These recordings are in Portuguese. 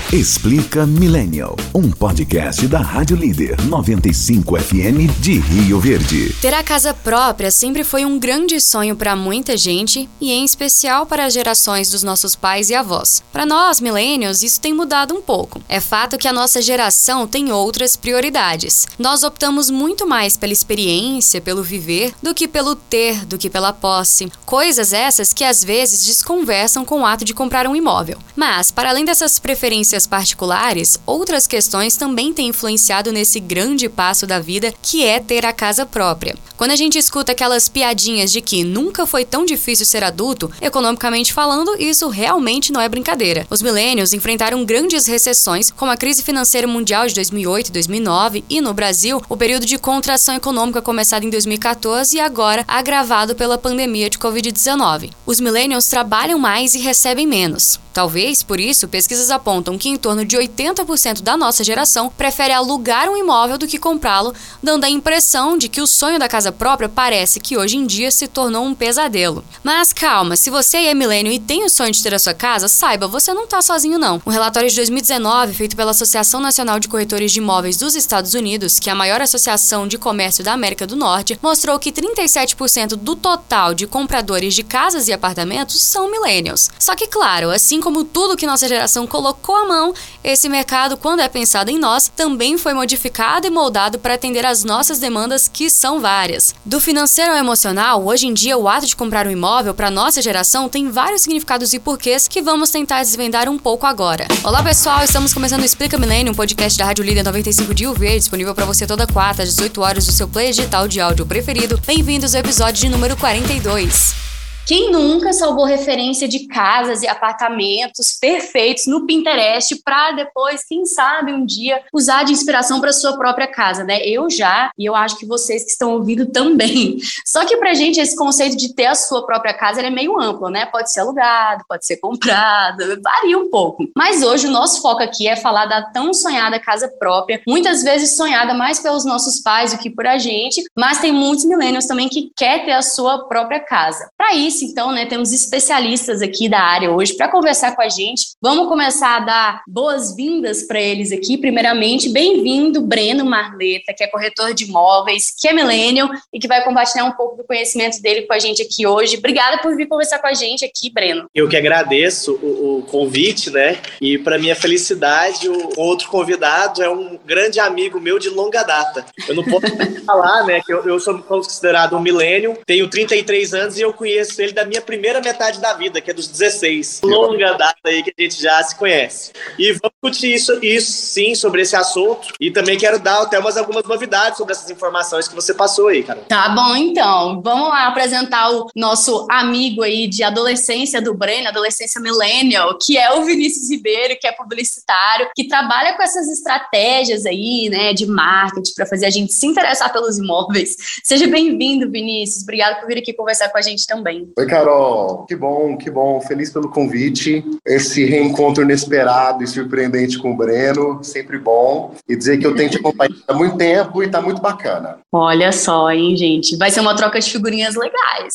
Explica Millennial, um podcast da Rádio Líder 95 FM de Rio Verde. Ter a casa própria sempre foi um grande sonho para muita gente e em especial para as gerações dos nossos pais e avós. Para nós, millennials, isso tem mudado um pouco. É fato que a nossa geração tem outras prioridades. Nós optamos muito mais pela experiência, pelo viver, do que pelo ter, do que pela posse. Coisas essas que às vezes desconversam com o ato de comprar um imóvel. Mas, para além dessas preferências particulares, outras questões também têm influenciado nesse grande passo da vida que é ter a casa própria. Quando a gente escuta aquelas piadinhas de que nunca foi tão difícil ser adulto, economicamente falando, isso realmente não é brincadeira. Os millennials enfrentaram grandes recessões, como a crise financeira mundial de 2008 e 2009 e, no Brasil, o período de contração econômica começado em 2014 e agora agravado pela pandemia de Covid-19. Os millennials trabalham mais e recebem menos. Talvez, por isso, pesquisas apontam que em torno de 80% da nossa geração prefere alugar um imóvel do que comprá-lo, dando a impressão de que o sonho da casa própria parece que hoje em dia se tornou um pesadelo. Mas calma, se você é millennial e tem o sonho de ter a sua casa, saiba, você não está sozinho não. Um relatório de 2019, feito pela Associação Nacional de Corretores de Imóveis dos Estados Unidos, que é a maior associação de comércio da América do Norte, mostrou que 37% do total de compradores de casas e apartamentos são millennials. Só que, claro, assim como tudo que nossa geração colocou à mão, esse mercado, quando é pensado em nós, também foi modificado e moldado para atender às nossas demandas, que são várias. Do financeiro ao emocional, hoje em dia o ato de comprar um imóvel para nossa geração tem vários significados e porquês que vamos tentar desvendar um pouco agora. Olá pessoal, estamos começando o Explica Millennial, um podcast da Rádio Líder 95 de Rio Verde, disponível para você toda quarta às 18 horas do seu player digital de áudio preferido. Bem-vindos ao episódio de número 42. Quem nunca salvou referência de casas e apartamentos perfeitos no Pinterest para depois, quem sabe, um dia usar de inspiração para sua própria casa, né? Eu já, e eu acho que vocês que estão ouvindo também. Só que pra gente esse conceito de ter a sua própria casa, ele é meio amplo, né? Pode ser alugado, pode ser comprado, varia um pouco. Mas hoje o nosso foco aqui é falar da tão sonhada casa própria, muitas vezes sonhada mais pelos nossos pais do que por a gente, mas tem muitos millennials também que quer ter a sua própria casa. Para isso, então, né, temos especialistas aqui da área hoje para conversar com a gente. Vamos começar a dar boas-vindas para eles aqui. Primeiramente, bem-vindo, Breno Marleta, que é corretor de imóveis, que é millennial e que vai compartilhar um pouco do conhecimento dele com a gente aqui hoje. Obrigada por vir conversar com a gente aqui, Breno. Eu que agradeço o convite, né? E para minha felicidade, o outro convidado é um grande amigo meu de longa data. Eu não posso falar, né, que eu sou considerado um millennial, tenho 33 anos e eu conheço ele da minha primeira metade da vida, que é dos 16. Longa data aí que a gente já se conhece. E vamos discutir isso sim, sobre esse assunto. E também quero dar até algumas novidades sobre essas informações que você passou aí, Carol. Tá bom, então. Vamos lá apresentar o nosso amigo aí de adolescência do Breno, adolescência millennial, que é o Vinícius Ribeiro, que é publicitário, que trabalha com essas estratégias aí, né, de marketing para fazer a gente se interessar pelos imóveis. Seja bem-vindo, Vinícius. Obrigado por vir aqui conversar com a gente também. Oi, Carol. Que bom. Feliz pelo convite. Esse reencontro inesperado e surpreendente com o Breno, sempre bom. E dizer que eu tenho te acompanhado há muito tempo e tá muito bacana. Olha só, hein, gente. Vai ser uma troca de figurinhas legais.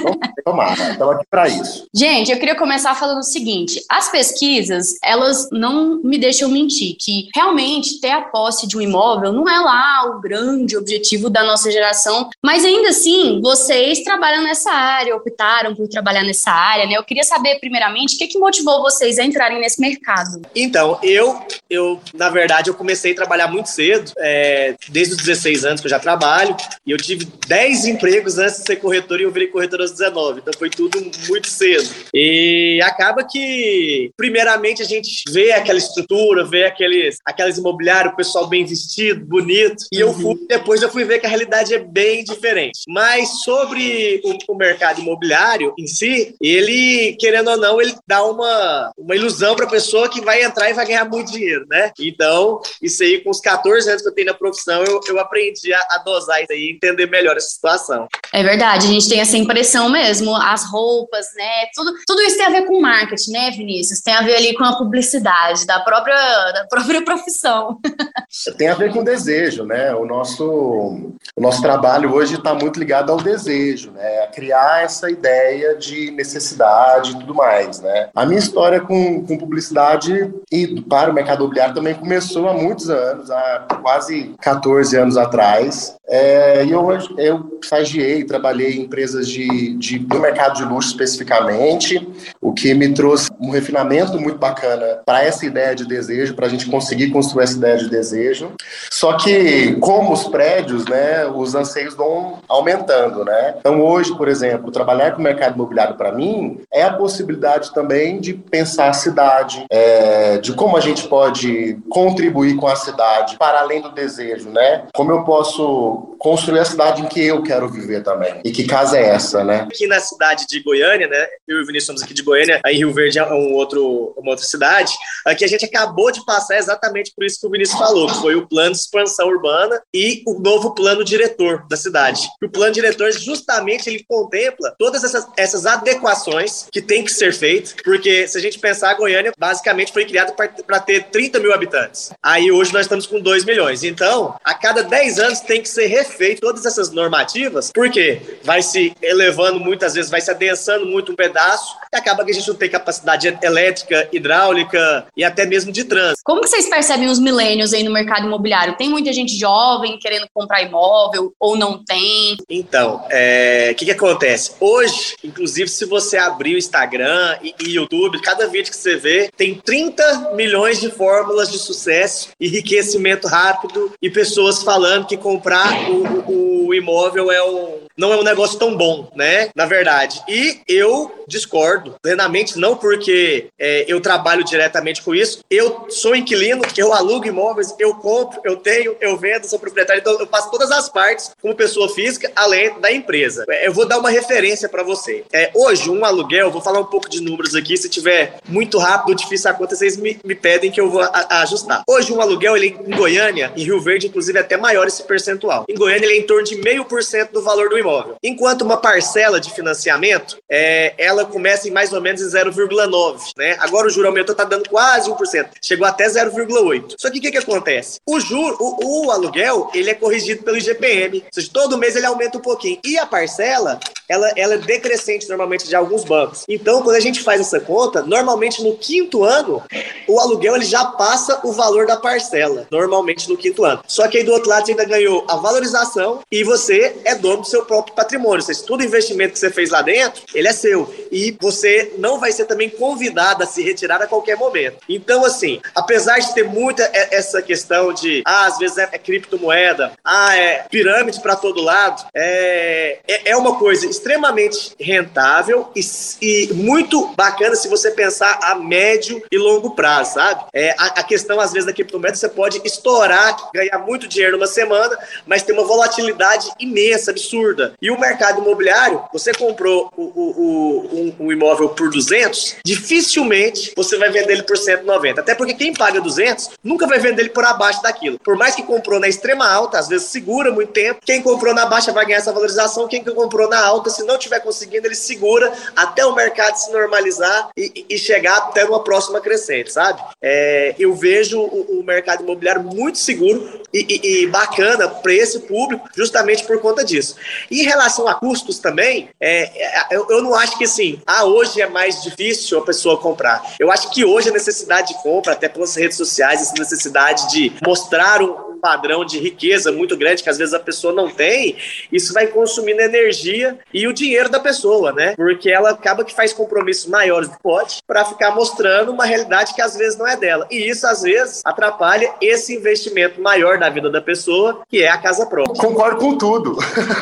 Tomara, estamos aqui para isso. Gente, eu queria começar falando o seguinte. As pesquisas, elas não me deixam mentir, que realmente ter a posse de um imóvel não é lá o grande objetivo da nossa geração, mas ainda assim, vocês trabalham nessa área, optaram por trabalhar nessa área, né? Eu queria saber, primeiramente, o que motivou vocês a entrarem nesse mercado? Então, na verdade, eu comecei a trabalhar muito cedo, desde os 16 anos que eu já trabalho, e eu tive 10 empregos antes de ser corretor e eu virei corretor aos 19, então foi tudo muito cedo. E acaba que, primeiramente, a gente vê aquela estrutura, vê aquelas imobiliárias, o pessoal bem vestido, bonito, e depois eu fui ver que a realidade é bem diferente. Mas sobre o mercado imobiliário em si, ele, querendo ou não, ele dá uma ilusão para a pessoa que vai entrar e vai ganhar muito dinheiro, né? Então, isso aí, com os 14 anos que eu tenho na profissão, eu aprendi a dosar isso aí e entender melhor essa situação. É verdade, a gente tem essa impressão mesmo, as roupas, né? Tudo isso tem a ver com marketing, né, Vinícius? Tem a ver ali com a publicidade da própria profissão. Tem a ver com desejo, né? O nosso trabalho hoje está muito ligado ao desejo, né? A criar essa ideia ideia de necessidade e tudo mais, né? A minha história com publicidade e para o mercado imobiliário também começou há muitos anos, há quase 14 anos atrás. E eu estagiei, trabalhei em empresas do mercado de luxo especificamente, o que me trouxe um refinamento muito bacana para essa ideia de desejo, para a gente conseguir construir essa ideia de desejo. Só que, como os prédios, né, os anseios vão aumentando, né? Então, hoje, por exemplo, trabalhar com o mercado imobiliário para mim é a possibilidade também de pensar a cidade, de como a gente pode contribuir com a cidade para além do desejo, né? Como eu posso construir a cidade em que eu quero viver também. E que casa é essa, né? Aqui na cidade de Goiânia, né? Eu e o Vinícius somos aqui de Goiânia, aí Rio Verde é uma outra cidade. Aqui a gente acabou de passar exatamente por isso que o Vinícius falou, que foi o plano de expansão urbana e o novo plano diretor da cidade. O plano diretor, justamente, ele contempla todas essas adequações que tem que ser feitas, porque se a gente pensar, a Goiânia basicamente foi criada para ter 30 mil habitantes. Aí hoje nós estamos com 2 milhões. Então, a cada 10 anos tem que ser refeito todas essas normativas, porque vai se elevando muitas vezes, vai se adensando muito um pedaço e acaba que a gente não tem capacidade elétrica, hidráulica e até mesmo de trânsito. Como que vocês percebem os millennials aí no mercado imobiliário? Tem muita gente jovem querendo comprar imóvel ou não tem? Então, o que acontece? Hoje, inclusive, se você abrir o Instagram e YouTube, cada vídeo que você vê tem 30 milhões de fórmulas de sucesso, enriquecimento rápido e pessoas falando que comprar o imóvel não é um negócio tão bom, né? Na verdade. E eu discordo plenamente, não porque eu trabalho diretamente com isso. Eu sou inquilino, eu alugo imóveis, eu compro, eu tenho, eu vendo, sou proprietário, então eu faço todas as partes como pessoa física, além da empresa. Eu vou dar uma referência para você. Hoje, um aluguel, vou falar um pouco de números aqui, se tiver muito rápido, difícil a conta, vocês me pedem que eu vou ajustar. Hoje, um aluguel, ele em Goiânia, em Rio Verde, inclusive, é até maior esse percentual. Em Goiânia, ele é em torno de 0,5% do valor do imóvel. Enquanto uma parcela de financiamento, ela começa em mais ou menos em 0,9%, né? Agora o juro aumentou, tá dando quase 1%. Chegou até 0,8%. Só que o que acontece? O aluguel, ele é corrigido pelo IGPM. Ou seja, todo mês ele aumenta um pouquinho. E a parcela, ela é decrescente normalmente de alguns bancos. Então, quando a gente faz essa conta, normalmente no 5º ano, o aluguel ele já passa o valor da parcela. Normalmente no 5º ano. Só que aí do outro lado você ainda ganhou a valorização e você é dono do seu próprio patrimônio. Ou seja, todo investimento que você fez lá dentro, ele é seu. E você não vai ser também convidado a se retirar a qualquer momento. Então, assim, apesar de ter muita essa questão de, às vezes é criptomoeda, é pirâmide para todo lado, é uma coisa extremamente rentável e muito bacana se você pensar a médio e longo prazo, sabe? A questão, às vezes, da criptomoeda, você pode estourar, ganhar muito dinheiro numa semana, mas tem uma volatilidade imensa, absurda. E o mercado imobiliário, você comprou um imóvel por 200, dificilmente você vai vender ele por 190. Até porque quem paga 200 nunca vai vender ele por abaixo daquilo. Por mais que comprou na extrema alta, às vezes segura muito tempo. Quem comprou na baixa vai ganhar essa valorização. Quem comprou na alta, se não estiver conseguindo, ele segura até o mercado se normalizar e chegar até uma próxima crescente, sabe? Eu vejo o mercado imobiliário muito seguro e bacana para esse público, justamente por conta disso. E em relação a custos também, eu não acho que assim, hoje é mais difícil a pessoa comprar. Eu acho que hoje a necessidade de compra, até pelas redes sociais, essa necessidade de mostrar um padrão de riqueza muito grande que às vezes a pessoa não tem, isso vai consumindo energia e o dinheiro da pessoa, né? Porque ela acaba que faz compromissos maiores do que pode para ficar mostrando uma realidade que às vezes não é dela. E isso às vezes atrapalha esse investimento maior da vida da pessoa, que é a casa própria. Concordo com tudo.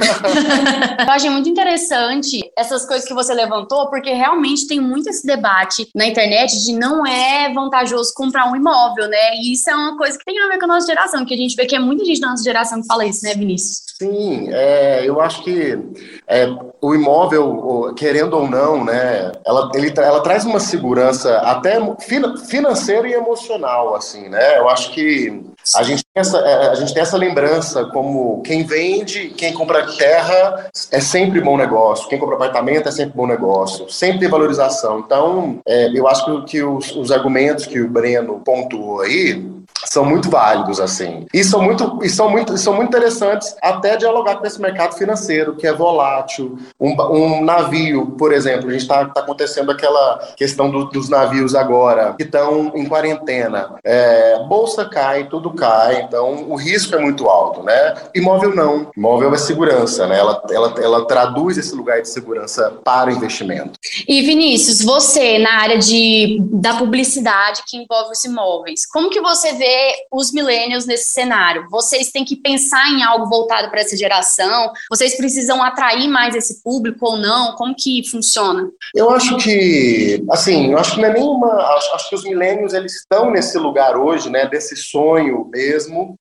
Eu achei muito interessante essas coisas que você levantou, porque realmente tem muito esse debate na internet de não é vantajoso comprar um imóvel, né? E isso é uma coisa que tem a ver com a nossa geração, que a gente vê que é muita gente da nossa geração que fala isso, né, Vinícius? Sim, eu acho que o imóvel, querendo ou não, né, ela traz uma segurança até financeira e emocional, assim, né? Eu acho que a gente tem essa lembrança como quem vende, quem compra terra é sempre bom negócio, quem compra apartamento é sempre bom negócio, sempre tem valorização. Então, eu acho que os argumentos que o Breno pontuou aí são muito válidos, assim. E são muito interessantes até dialogar com esse mercado financeiro, que é volátil. Um navio, por exemplo, a gente tá acontecendo aquela questão dos navios agora, que estão em quarentena. Bolsa cai, tudo cai, então o risco é muito alto, né? Imóvel não. Imóvel é segurança, né? Ela traduz esse lugar de segurança para o investimento. E Vinícius, você na área da publicidade que envolve os imóveis, como que você vê os millennials nesse cenário? Vocês têm que pensar em algo voltado para essa geração? Vocês precisam atrair mais esse público ou não? Como que funciona? Eu acho que, assim, não é nenhuma... Acho que os millennials, eles estão nesse lugar hoje, né, desse sonho mesmo.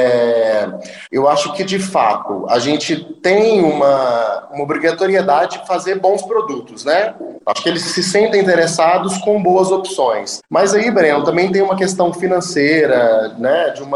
Eu acho que, de fato, a gente tem uma obrigatoriedade de fazer bons produtos, né? Acho que eles se sentem interessados com boas opções. Mas aí, Breno, também tem uma questão financeira, né, de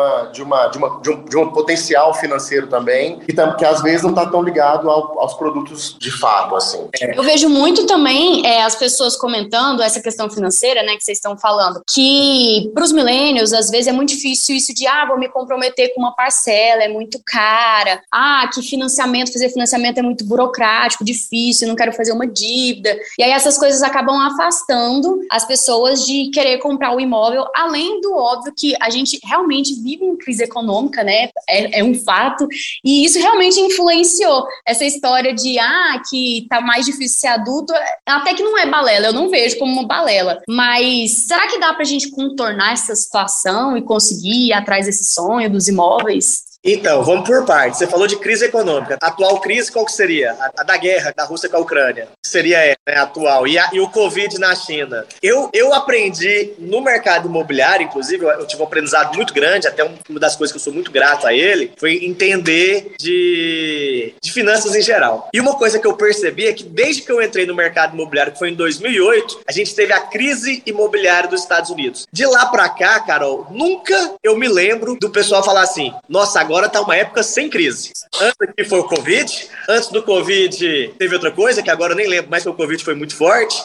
um potencial financeiro também, que às vezes não está tão ligado aos produtos de fato, assim. Eu vejo muito também as pessoas comentando essa questão financeira, né, que vocês estão falando, que para os millennials, às vezes é muito difícil isso de, vou me comprometer com uma parcela, é muito cara, que fazer financiamento é muito burocrático, difícil, não quero fazer uma dívida. E aí essas coisas acabam afastando as pessoas de querer comprar o imóvel, além do óbvio que a gente realmente vive em crise econômica, né? É um fato, e isso realmente influenciou essa história de que tá mais difícil ser adulto, até que não é balela, eu não vejo como uma balela, mas será que dá pra gente contornar essa situação e conseguir ir atrás desse sonho dos imóveis? Então, vamos por partes. Você falou de crise econômica. A atual crise, qual que seria? A da guerra da Rússia com a Ucrânia. Seria atual. E o Covid na China. Eu aprendi no mercado imobiliário, inclusive, eu tive um aprendizado muito grande, até uma das coisas que eu sou muito grato a ele, foi entender de finanças em geral. E uma coisa que eu percebi é que desde que eu entrei no mercado imobiliário, que foi em 2008, a gente teve a crise imobiliária dos Estados Unidos. De lá pra cá, Carol, nunca eu me lembro do pessoal falar assim, nossa, agora tá uma época sem crise. Antes aqui foi o Covid, antes do Covid teve outra coisa, que agora eu nem lembro, mas o Covid foi muito forte.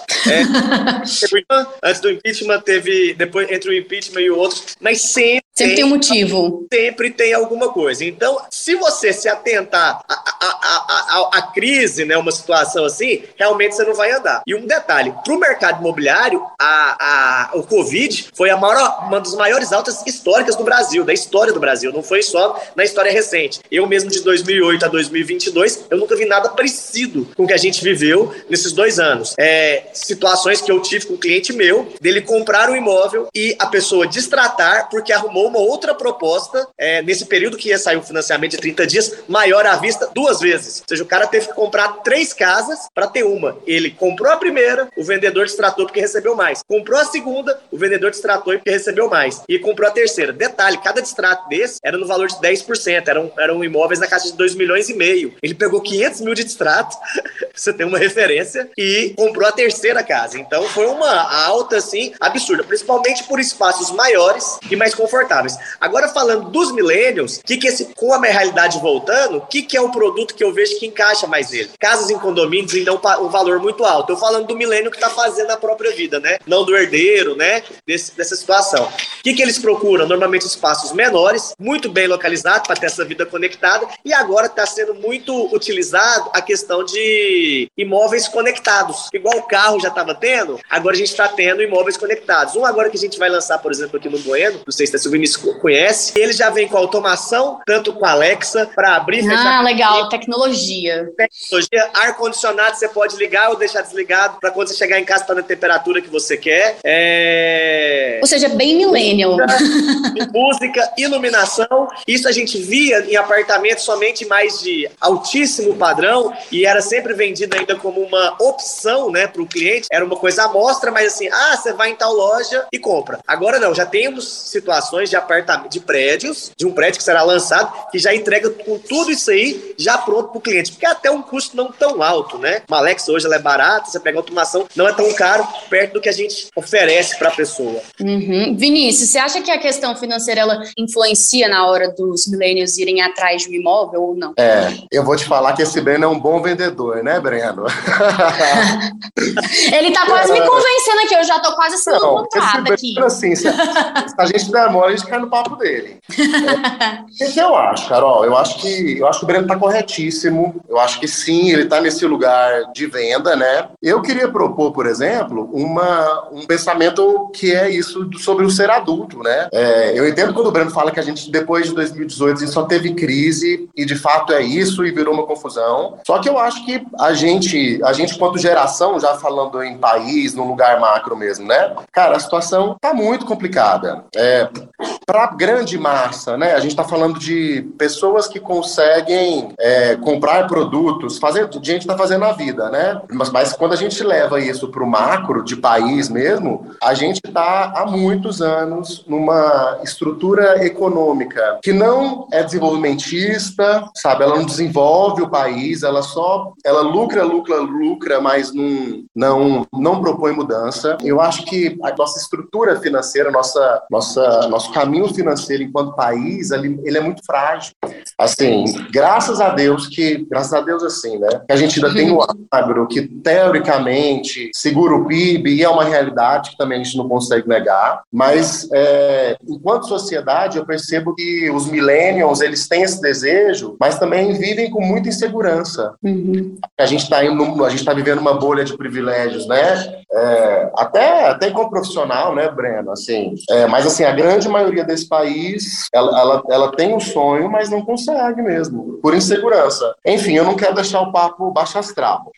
Antes do impeachment teve, depois entre o impeachment e o outro, mas sempre tem um motivo. Sempre tem alguma coisa. Então, se você se atentar à crise, né, uma situação assim, realmente você não vai andar. E um detalhe, pro mercado imobiliário, o Covid foi uma das maiores altas históricas do Brasil, da história do Brasil, não foi só na história recente. Eu mesmo, de 2008 a 2022, eu nunca vi nada parecido com o que a gente viveu nesses 2 anos. Situações que eu tive com um cliente meu, dele comprar um imóvel e a pessoa destratar porque arrumou uma outra proposta, nesse período que ia sair um financiamento de 30 dias, maior à vista 2 vezes. Ou seja, o cara teve que comprar 3 casas para ter uma. Ele comprou a primeira, o vendedor destratou porque recebeu mais. Comprou a segunda, o vendedor destratou porque recebeu mais. E comprou a terceira. Detalhe, cada destrato desse era no valor de 10%. Eram imóveis na casa de 2,5 milhões. Ele pegou 500 mil de distrato, você tem uma referência, e comprou a terceira casa. Então foi uma alta, assim, absurda, principalmente por espaços maiores e mais confortáveis. Agora, falando dos millennials, com a minha realidade voltando, o que é o produto que eu vejo que encaixa mais nele? Casas em condomínios ainda um valor muito alto. Eu falando do millennial que está fazendo a própria vida, né? Não do herdeiro, né? Dessa situação. O que eles procuram? Normalmente espaços menores, muito bem localizados para ter essa vida conectada, e agora está sendo muito utilizado a questão de imóveis conectados. Igual o carro já estava tendo, agora a gente está tendo imóveis conectados. Um agora que a gente vai lançar, por exemplo, aqui no Bueno, não sei se o Vinícius conhece, ele já vem com automação, tanto com a Alexa, para abrir e fechar. Legal, tecnologia. Ar-condicionado, você pode ligar ou deixar desligado, para quando você chegar em casa estar na temperatura que você quer. Ou seja, bem millennial. Música, iluminação, isso a gente via em apartamentos somente mais de altíssimo padrão, e era sempre vendido ainda como uma opção, né, para o cliente. Era uma coisa à mostra, mas assim, você vai em tal loja e compra. Agora não, já temos situações de apartamento, de prédios, de um prédio que será lançado, que já entrega com tudo isso aí já pronto para o cliente, porque é até um custo não tão alto, né? Uma Alexa hoje ela é barata, você pega a automação, não é tão caro perto do que a gente oferece para a pessoa. Vinícius, você acha que a questão financeira ela influencia na hora dos millennials irem atrás de um imóvel ou não? Eu vou te falar que esse Breno é um bom vendedor, né, Breno? Ele tá quase me convencendo aqui, eu já tô quase assinando um contrato aqui. Assim, se a gente demora, a gente cai no papo dele. O que eu acho, Carol? Eu acho que o Breno tá corretíssimo. Eu acho que sim, ele tá nesse lugar de venda, né? Eu queria propor, por exemplo, um pensamento que é isso sobre o ser adulto, né? Eu entendo quando o Breno fala que a gente, depois de 2018, a gente só teve crise, e de fato é isso, e virou uma confusão. Só que eu acho que a gente quanto geração, já falando em país, num lugar macro mesmo, né? Cara, a situação tá muito complicada. Para a grande massa, né? A gente está falando de pessoas que conseguem comprar produtos, gente está fazendo a vida, né? Mas quando a gente leva isso para o macro, de país mesmo, a gente está há muitos anos numa estrutura econômica que não é desenvolvimentista, sabe? Ela não desenvolve o país, ela lucra, mas não propõe mudança. Eu acho que a nossa estrutura financeira, nosso caminho financeiro enquanto país, ele é muito frágil. Assim, graças a Deus assim, né? Que a gente ainda tem o agro, que teoricamente segura o PIB, e é uma realidade que também a gente não consegue negar. Mas, enquanto sociedade, eu percebo que os millennials, eles têm esse desejo, mas também vivem com muita insegurança. A gente está vivendo uma bolha de privilégios, né? Até como profissional, né, Breno? Assim, mas assim, a grande maioria desse país, ela tem um sonho, mas não consegue mesmo, por insegurança. Enfim, eu não quero deixar o papo baixo astral.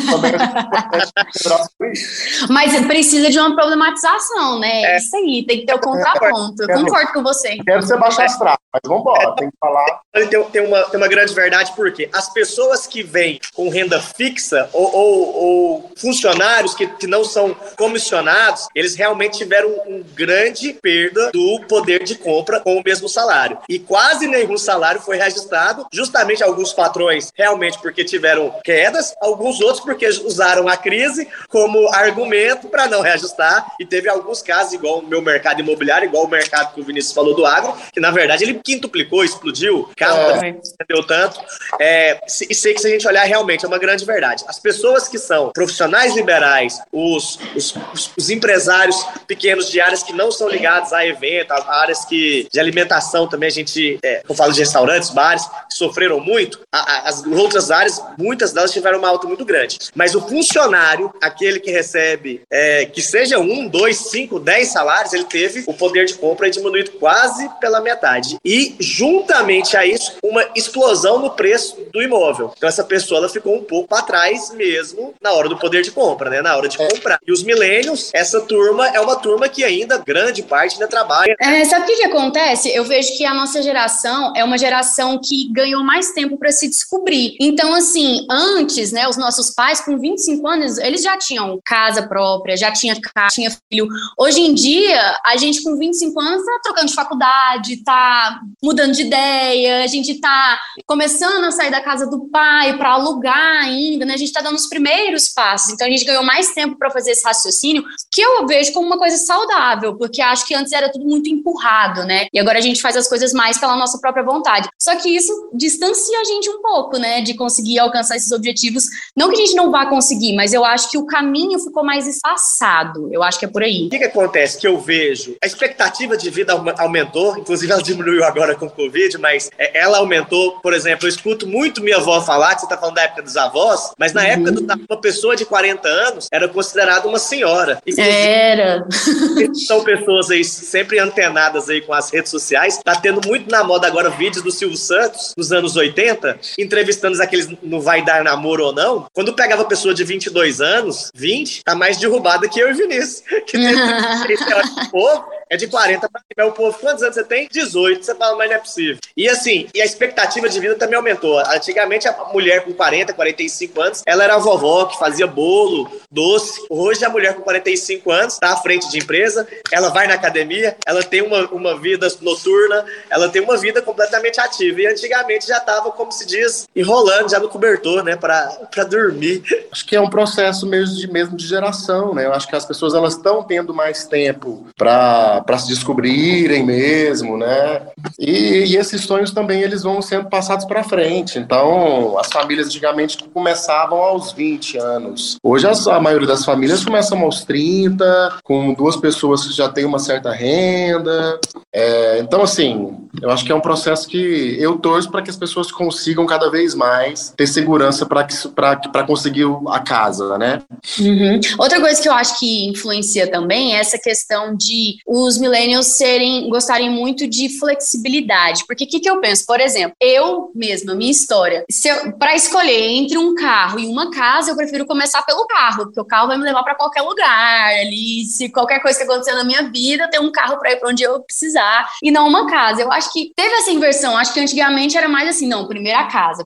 Mas precisa de uma problematização, né? É isso aí, tem que ter o contraponto. Eu concordo com você. Quero ser baixo astral, mas vamos embora, tem que falar. Tem uma grande verdade, porque as pessoas que vêm com renda fixa ou funcionários que não são comissionados, eles realmente tiveram uma grande perda do poder de compra com o mesmo salário. E quase nenhum salário foi reajustado, justamente alguns patrões realmente porque tiveram quedas, alguns outros porque usaram a crise como argumento para não reajustar, e teve alguns casos, igual o meu mercado imobiliário, igual o mercado que o Vinícius falou do agro, que na verdade ele quintuplicou, explodiu, carro também deu tanto. E sei que se a gente olhar, realmente é uma grande verdade. As pessoas que são profissionais liberais, os empresários pequenos de áreas que não são ligadas a evento, a áreas de alimentação também, eu falo de restaurantes, bares, que sofreram muito, as outras áreas, muitas delas tiveram uma alta muito grande. Mas o funcionário, aquele que recebe, que seja 1, 2, 5, 10 salários, ele teve o poder de compra diminuído quase pela metade. E, juntamente a isso, uma explosão no preço do imóvel. Então, essa pessoa ela ficou um pouco para trás mesmo na hora do poder de compra, né? Na hora de comprar. E os millennials, essa turma é uma turma que ainda, grande parte, ainda trabalha. Sabe o que acontece? Eu vejo que a nossa geração é uma geração que ganhou mais tempo para se descobrir. Então, assim, antes, né, os nossos pais, com 25 anos, eles já tinham casa própria, já tinha casa, tinha filho. Hoje em dia, a gente com 25 anos tá trocando de faculdade, tá mudando de ideia, a gente tá começando a sair da casa do pai para alugar ainda, né? A gente tá dando os primeiros passos. Então, a gente ganhou mais tempo para fazer esse raciocínio, que eu vejo como uma coisa saudável, porque acho que antes era tudo muito empurrado, né? E agora a gente faz as coisas mais pela nossa própria vontade. Só que isso distancia a gente um pouco, né? De conseguir alcançar esses objetivos. Não que a gente não vá conseguir, mas eu acho que o caminho ficou mais espaçado. Eu acho que é por aí. O que acontece? Que eu vejo, a expectativa de vida aumentou, inclusive ela diminuiu agora com o Covid, mas ela aumentou. Por exemplo, eu escuto muito minha avó falar, que você está falando da época dos avós, mas na época uma pessoa de 40 anos era considerada uma senhora. Era. São pessoas aí sempre antenadas aí com as redes sociais. Tá tendo muito na moda agora vídeos do Silvio Santos, dos anos 80, entrevistando aqueles no Vai Dar Namoro ou Não. Quando pegava pessoa de 22 anos, 20, tá mais derrubada que eu e Vinícius. Que o povo é de 40 pra cima. O povo, quantos anos você tem? 18. Você fala, mas não é possível. E assim, a expectativa de vida também aumentou. Antigamente, a mulher com 40, 45 anos, ela era a vovó que fazia bolo, doce. Hoje, a mulher com 45 anos tá à frente de empresa, ela vai na academia, ela tem uma vida noturna, ela tem uma vida completamente ativa. E antigamente já tava, como se diz, enrolando já no cobertor, né, pra dormir. Acho que é um processo mesmo de geração, né? Eu acho que as pessoas, elas estão tendo mais tempo para se descobrirem mesmo, né? E esses sonhos também, eles vão sendo passados para frente. Então, as famílias antigamente começavam aos 20 anos. Hoje, a maioria das famílias começam aos 30, com 2 pessoas que já têm uma certa renda. Então, assim, eu acho que é um processo que eu torço para que as pessoas consigam cada vez mais ter segurança para conseguir a casa, né? Uhum. Outra coisa que eu acho que influencia também é essa questão de os millennials gostarem muito de flexibilidade. Porque o que eu penso? Por exemplo, eu mesma, minha história, para escolher entre um carro e uma casa, eu prefiro começar pelo carro, porque o carro vai me levar para qualquer lugar. Ali, se qualquer coisa que acontecer na minha vida, eu tenho um carro para ir para onde eu precisar, e não uma casa. Eu acho que teve essa inversão. Acho que antigamente era mais assim, não, primeiro a casa,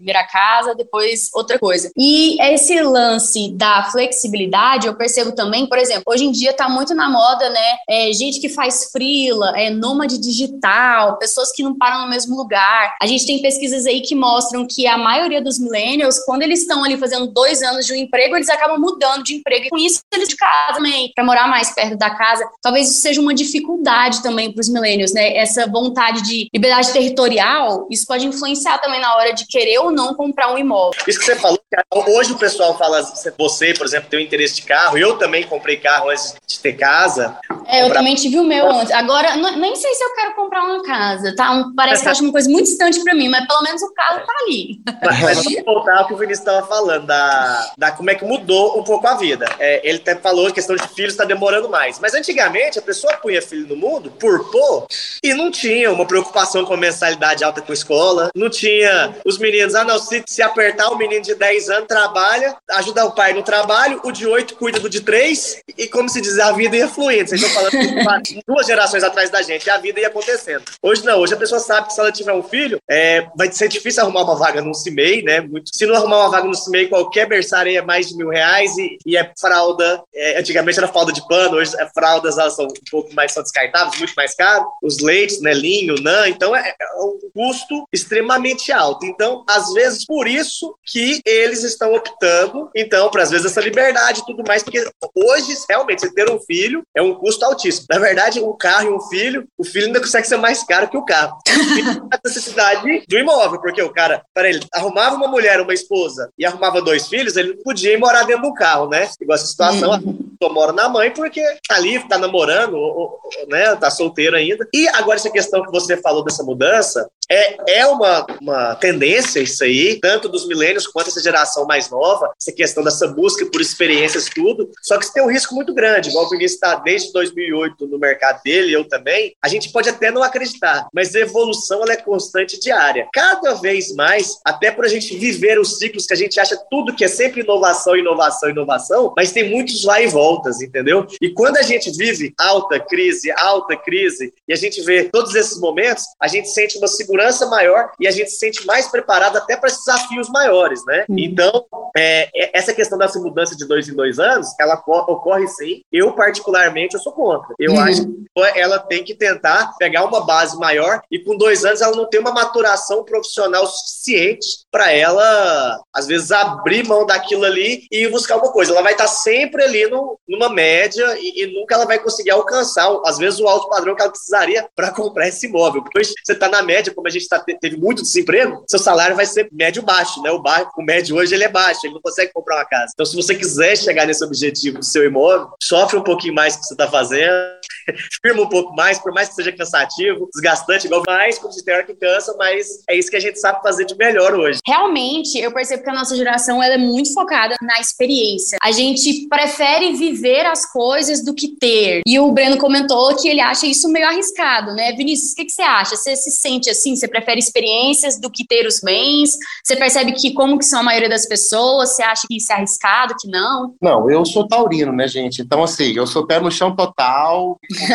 depois outra coisa. E esse lance da flexibilidade, eu percebo também, por exemplo, hoje em dia tá muito na moda, né, gente que faz freela, nômade digital, pessoas que não param no mesmo lugar. A gente tem pesquisas aí que mostram que a maioria dos millennials, quando eles estão ali fazendo 2 anos de um emprego, eles acabam mudando de emprego, e com isso eles de casa também, para morar mais perto da casa. Talvez isso seja uma dificuldade também para os millennials, né? Essa vontade de liberdade territorial, isso pode influenciar também na hora de querer ou não comprar um imóvel. Isso que você falou, cara, hoje o pessoal fala, você, por exemplo, tem um interesse de carro, eu também comprei carro antes de ter casa. Eu também tive o meu antes. Agora, nem sei se eu quero comprar uma casa, tá? Parece que eu acho uma coisa muito distante para mim, mas pelo menos o carro tá ali. Mas vamos voltar ao que o Vinícius estava falando, da como é que mudou um pouco a vida. Ele até falou a questão de filhos está demorando mais. Mas antigamente a pessoa punha filho no mundo por pôr e não tinha uma preocupação com a mensalidade alta com a escola, não tinha os meninos, não, se apertar o menino de 10 anos trabalha, ajuda o pai no trabalho, o de 8 cuida do de 3 e como se diz, a vida ia fluindo. Vocês estão falando 2 gerações atrás da gente, a vida ia acontecendo. Hoje não, hoje a pessoa sabe que se ela tiver um filho, vai ser difícil arrumar uma vaga no CIMEI, né? Se não arrumar uma vaga no CIMEI, qualquer berçária é mais de R$1.000 e é fralda. Antigamente era fralda de pano, hoje fraldas elas são um pouco mais, são descartáveis, muito mais caro. Os leites, né, linho, NAN, então é um custo extremamente alto. Então, às vezes, por isso que eles estão optando, então, para às vezes essa liberdade e tudo mais, porque hoje, realmente, você ter um filho é um custo altíssimo. Na verdade, um carro e um filho, o filho ainda consegue ser mais caro que o carro. O filho tem a necessidade do imóvel, porque o cara, para ele, arrumava uma mulher, uma esposa, e arrumava 2 filhos, ele não podia ir morar dentro do carro, né? Igual essa situação, eu moro na mãe porque ali tá namorando, né? Tá solteiro ainda. E agora essa questão que você falou dessa mudança, é uma tendência isso aí, tanto dos milênios quanto essa geração mais nova, essa questão dessa busca por experiências, tudo. Só que isso tem um risco muito grande, igual o Vinícius está desde 2008 no mercado dele, eu também. A gente pode até não acreditar, mas a evolução ela é constante, diária. Cada vez mais, até por a gente viver os ciclos que a gente acha tudo que é sempre inovação, inovação, inovação, mas tem muitos vai e voltas, entendeu? E quando a gente vive alta crise, e a gente vê todos esses momentos, a gente sente uma segurança maior e a gente se sente mais preparado até para esses desafios maiores, né? Então, essa questão dessa mudança de 2 em 2 anos, ela ocorre sim. Eu, particularmente, eu sou contra. Eu acho que ela tem que tentar pegar uma base maior e com 2 anos ela não tem uma maturação profissional suficiente para ela, às vezes, abrir mão daquilo ali e buscar uma coisa. Ela vai estar sempre ali numa média e nunca ela vai conseguir alcançar, às vezes, o alto padrão que ela precisaria para comprar esse imóvel. Depois você está na média, como a gente teve muito desemprego, seu salário vai ser médio-baixo, né? O médio hoje ele é baixo, ele não consegue comprar uma casa. Então, se você quiser chegar nesse objetivo do seu imóvel, sofre um pouquinho mais que você está fazendo, firma um pouco mais, por mais que seja cansativo, desgastante, igual mais, como se tem hora que cansa, mas é isso que a gente sabe fazer de melhor hoje. Realmente, eu percebo que a nossa geração ela é muito focada na experiência. A gente prefere viver as coisas do que ter. E o Breno comentou que ele acha isso meio arriscado, né? Vinícius, o que você acha? Você se sente assim? Você prefere experiências do que ter os bens? Você percebe que como que são a maioria das pessoas? Você acha que isso é arriscado, que não? Não, eu sou taurino, né, gente? Então, assim, eu sou pé no chão total,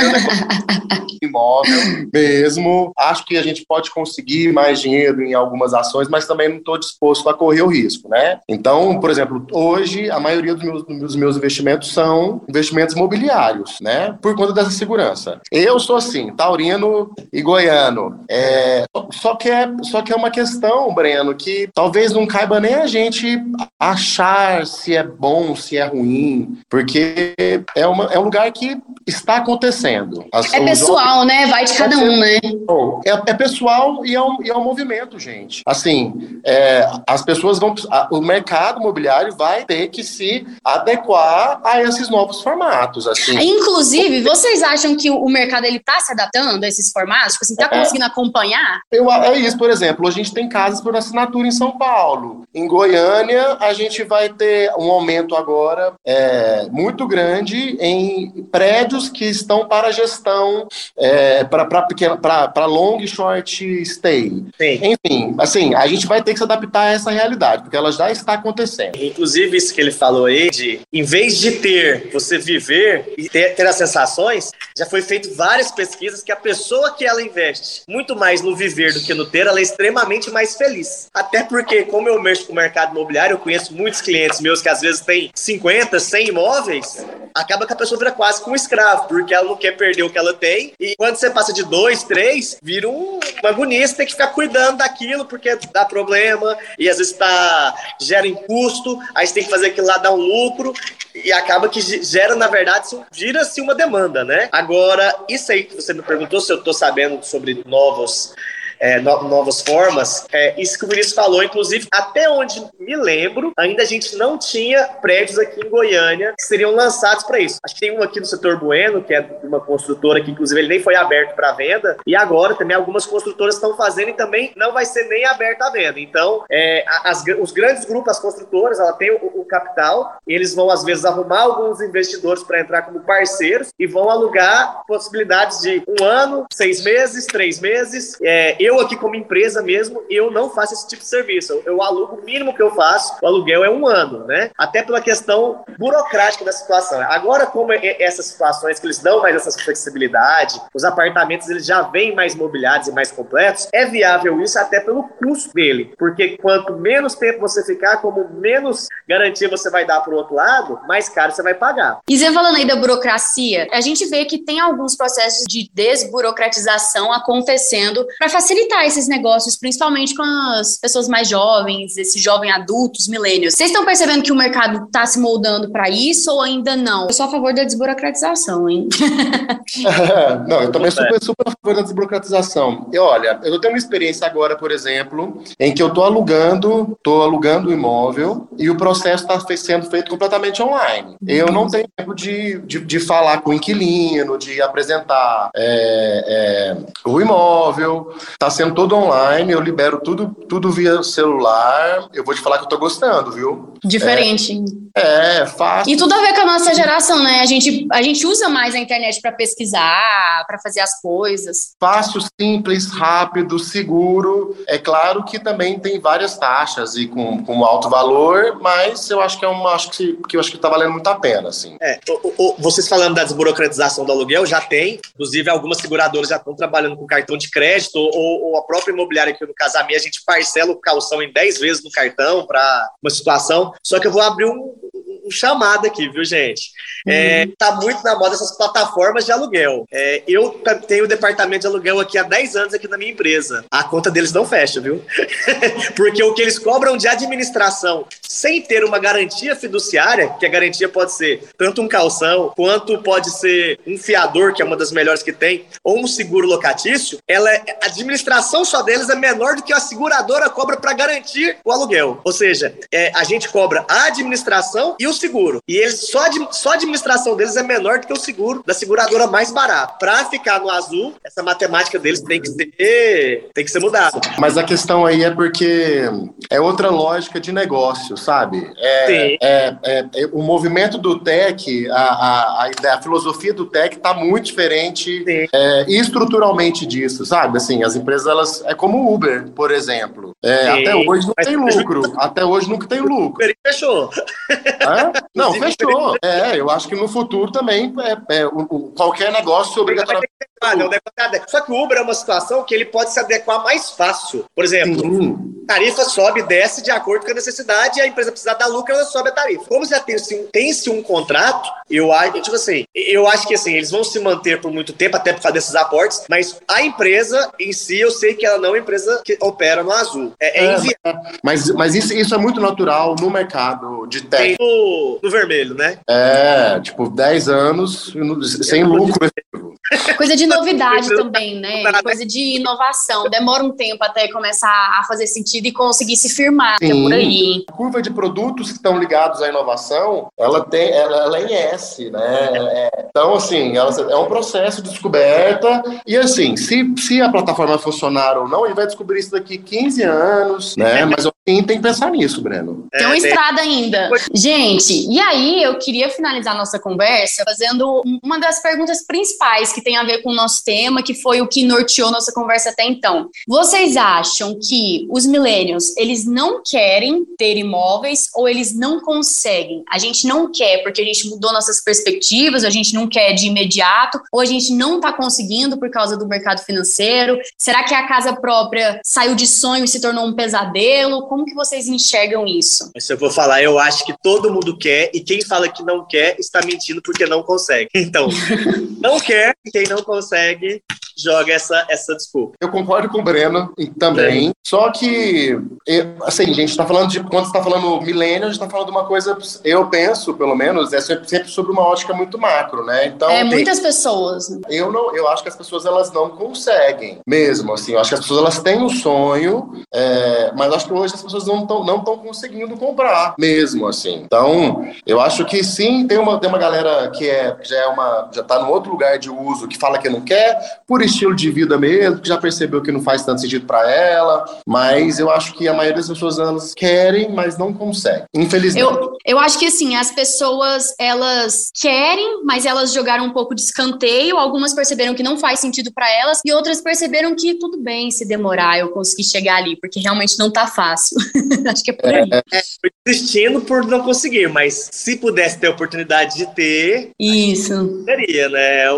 imóvel mesmo. Acho que a gente pode conseguir mais dinheiro em algumas ações, mas também não estou disposto a correr o risco, né? Então, por exemplo, hoje a maioria dos meus investimentos são investimentos imobiliários, né? Por conta dessa segurança. Eu sou assim, taurino e goiano. Só que é uma questão, Breno, que talvez não caiba nem a gente achar se é bom, se é ruim, porque é um lugar que está acontecendo. É pessoal, né? Vai de cada um, né? É pessoal e é um movimento, gente. Assim, as pessoas vão... O mercado imobiliário vai ter que se adequar a esses novos formatos, assim. Inclusive, vocês acham que o mercado ele tá se adaptando a esses formatos? Tipo assim, tá conseguindo acompanhar? É isso, por exemplo, a gente tem casas por assinatura em São Paulo. Em Goiânia, a gente vai ter um aumento agora muito grande em prédios que estão para gestão, para long e short stay. Sim. Enfim, assim, a gente vai ter que se adaptar a essa realidade, porque ela já está acontecendo. Inclusive, isso que ele falou aí, de em vez de você viver e ter as sensações, já foi feito várias pesquisas que a pessoa que ela investe muito mais no viver do que no ter, ela é extremamente mais feliz. Até porque, como eu mexo com o mercado imobiliário, eu conheço muitos clientes meus que às vezes têm 50, 100 imóveis, acaba que a pessoa vira quase como um escravo, porque ela não quer perder o que ela tem, e quando você passa de 2, 3, vira uma agonia, você tem que ficar cuidando daquilo, porque dá problema, e às vezes gera custo, aí você tem que fazer aquilo lá dar um lucro, e acaba que gera, na verdade, gira-se uma demanda, né? Agora, isso aí que você me perguntou, se eu estou sabendo sobre novas formas, isso que o Vinícius falou, inclusive, até onde me lembro, ainda a gente não tinha prédios aqui em Goiânia que seriam lançados para isso. Acho que tem um aqui no setor Bueno, que é uma construtora que, inclusive, ele nem foi aberto para venda, e agora também algumas construtoras estão fazendo e também não vai ser nem aberto à venda. Então, os grandes grupos, as construtoras, ela tem o capital, eles vão, às vezes, arrumar alguns investidores para entrar como parceiros e vão alugar possibilidades de 1 ano, 6 meses, 3 meses. Eu aqui como empresa mesmo, eu não faço esse tipo de serviço. Eu alugo, o mínimo que eu faço, o aluguel é 1 ano, né? Até pela questão burocrática da situação. Agora, como essas situações que eles dão mais essa flexibilidade, os apartamentos eles já vêm mais mobiliados e mais completos, é viável isso até pelo custo dele. Porque quanto menos tempo você ficar, como menos garantia você vai dar pro outro lado, mais caro você vai pagar. E você falando aí da burocracia, a gente vê que tem alguns processos de desburocratização acontecendo para facilitar esses negócios, principalmente com as pessoas mais jovens, esses jovens adultos, millennials. Vocês estão percebendo que o mercado está se moldando para isso ou ainda não? Eu sou a favor da desburocratização, hein? Não, eu também sou super a favor da desburocratização. E olha, eu tenho uma experiência agora, por exemplo, em que eu estou alugando o imóvel e o processo está sendo feito completamente online. Eu não tenho tempo de falar com o inquilino, de apresentar o imóvel. Tá sendo todo online, eu libero tudo via celular. Eu vou te falar que eu tô gostando, viu? Diferente. Fácil. E tudo a ver com a nossa geração, né? A gente usa mais a internet para pesquisar, para fazer as coisas. Fácil, simples, rápido, seguro. É claro que também tem várias taxas e com alto valor, mas eu acho que tá valendo muito a pena, assim. Vocês falando da desburocratização do aluguel, já tem. Inclusive, algumas seguradoras já estão trabalhando com cartão de crédito ou a própria imobiliária, que no caso a minha, a gente parcela o calção em 10 vezes no cartão para uma situação. Só que eu vou abrir um chamado aqui, viu, gente? Tá muito na moda essas plataformas de aluguel. Eu tenho o departamento de aluguel aqui há 10 anos aqui na minha empresa. A conta deles não fecha, viu? Porque o que eles cobram de administração sem ter uma garantia fiduciária, que a garantia pode ser tanto um calção, quanto pode ser um fiador, que é uma das melhores que tem, ou um seguro locatício, a administração só deles é menor do que a seguradora cobra para garantir o aluguel. Ou seja, a gente cobra a administração e o seguro. E eles só a administração deles é menor do que o seguro da seguradora mais barata. Para ficar no azul, essa matemática deles tem que ser mudada. Mas a questão aí é porque é outra lógica de negócio, sabe? O movimento do tech, a filosofia do tech está muito diferente estruturalmente disso, sabe? Assim, as empresas, elas é como o Uber, por exemplo. Até hoje não tem lucro. Até hoje nunca tem lucro. Fechou. Não, fechou. Eu acho que no futuro também qualquer negócio obrigatoriamente. Só que o Uber é uma situação que ele pode se adequar mais fácil. Por exemplo, tarifa sobe e desce de acordo com a necessidade e a empresa precisa dar lucro, ela sobe a tarifa. Como já tem-se um contrato, eu acho que assim, eles vão se manter por muito tempo, até por causa desses aportes, mas a empresa em si, eu sei que ela não é uma empresa que opera no azul. Mas isso é muito natural no mercado de tech. No vermelho, né? 10 anos sem lucro. Coisa de novidade também, né? Coisa de inovação. Demora um tempo até começar a fazer sentido e conseguir se firmar. É por aí. A curva de produtos que estão ligados à inovação, ela é em S, né? Então, assim, é um processo de descoberta. E, assim, se a plataforma funcionar ou não, ele vai descobrir isso daqui 15 anos, né? Mas tem que pensar nisso, Breno. Tem uma estrada ainda. Gente, e aí eu queria finalizar nossa conversa fazendo uma das perguntas principais que tem a ver com o nosso tema, que foi o que norteou nossa conversa até então. Vocês acham que os millennials, eles não querem ter imóveis ou eles não conseguem? A gente não quer porque a gente mudou nossas perspectivas, a gente não quer de imediato, ou a gente não está conseguindo por causa do mercado financeiro? Será que a casa própria saiu de sonho e se tornou um pesadelo? Como que vocês enxergam isso? Se eu for falar, eu acho que todo mundo quer, e quem fala que não quer está mentindo porque não consegue. Então, não quer, e quem não consegue joga essa desculpa. Eu concordo com o Breno também, só que, assim, a gente tá falando quando você tá falando milênio, a gente tá falando de uma coisa, eu penso, pelo menos, é sempre sobre uma ótica muito macro, né? Então, muitas pessoas. Eu acho que as pessoas, elas não conseguem mesmo, assim, eu acho que as pessoas, elas têm um sonho, mas acho que hoje as pessoas não estão conseguindo comprar mesmo, assim. Então, eu acho que sim, tem uma galera que já tá num outro lugar de uso, que fala que não quer, por estilo de vida mesmo, que já percebeu que não faz tanto sentido para ela, mas eu acho que a maioria das pessoas, elas querem, mas não conseguem, infelizmente. Eu acho que, assim, as pessoas, elas querem, mas elas jogaram um pouco de escanteio, algumas perceberam que não faz sentido para elas, e outras perceberam que tudo bem se demorar, eu consegui chegar ali, porque realmente não tá fácil. Acho que é por aí. Foi destino por não conseguir, mas se pudesse ter a oportunidade de ter, isso seria, né?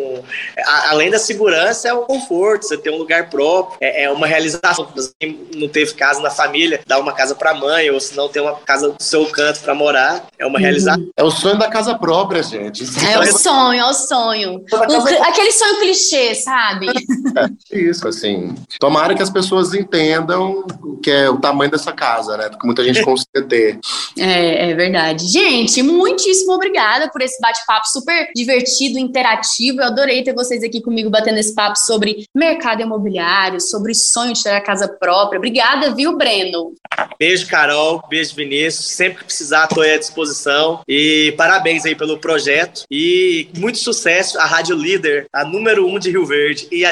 Além da segurança, é um conforto, você ter um lugar próprio, é uma realização. Você não teve casa na família, dá uma casa pra mãe, ou se não tem uma casa do seu canto pra morar, é uma realização. É o sonho da casa própria, gente. É o sonho. Aquele sonho clichê, sabe? Isso, assim. Tomara que as pessoas entendam que é o tamanho dessa casa, né? Porque muita gente consegue ter. É verdade. Gente, muitíssimo obrigada por esse bate-papo super divertido, interativo. Eu adorei ter vocês aqui comigo batendo esse papo sobre mercado imobiliário, sobre o sonho de ter a casa própria. Obrigada, viu, Breno? Beijo, Carol. Beijo, Vinícius. Sempre que precisar, estou à disposição. E parabéns aí pelo projeto. E muito sucesso à Rádio Líder, a número 1 de Rio Verde. E a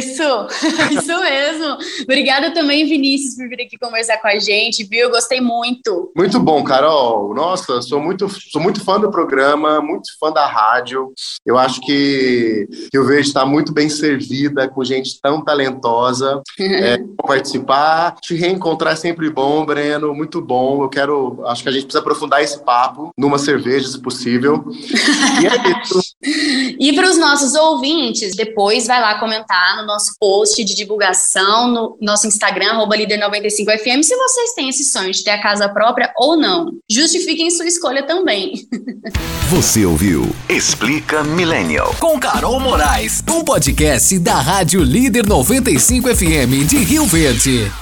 Isso mesmo. Obrigada também, Vinícius, por vir aqui conversar com a gente, viu? Eu gostei muito. Muito bom, Carol. Nossa, sou muito fã do programa, muito fã da rádio. Eu acho que Rio Verde está muito bem servida, com gente tão talentosa. Participar, te reencontrar é sempre bom, Breno, muito bom. Acho que a gente precisa aprofundar esse papo numa cerveja, se possível. E é isso. E para os nossos ouvintes, depois vai lá comentar no nosso post de divulgação, no nosso Instagram, @líder95fm, se vocês têm esse sonho de ter a casa própria ou não. Justifiquem sua escolha também. Você ouviu Explica Millennial com Carol Moraes, um podcast da Rádio Líder 95 FM de Rio Verde.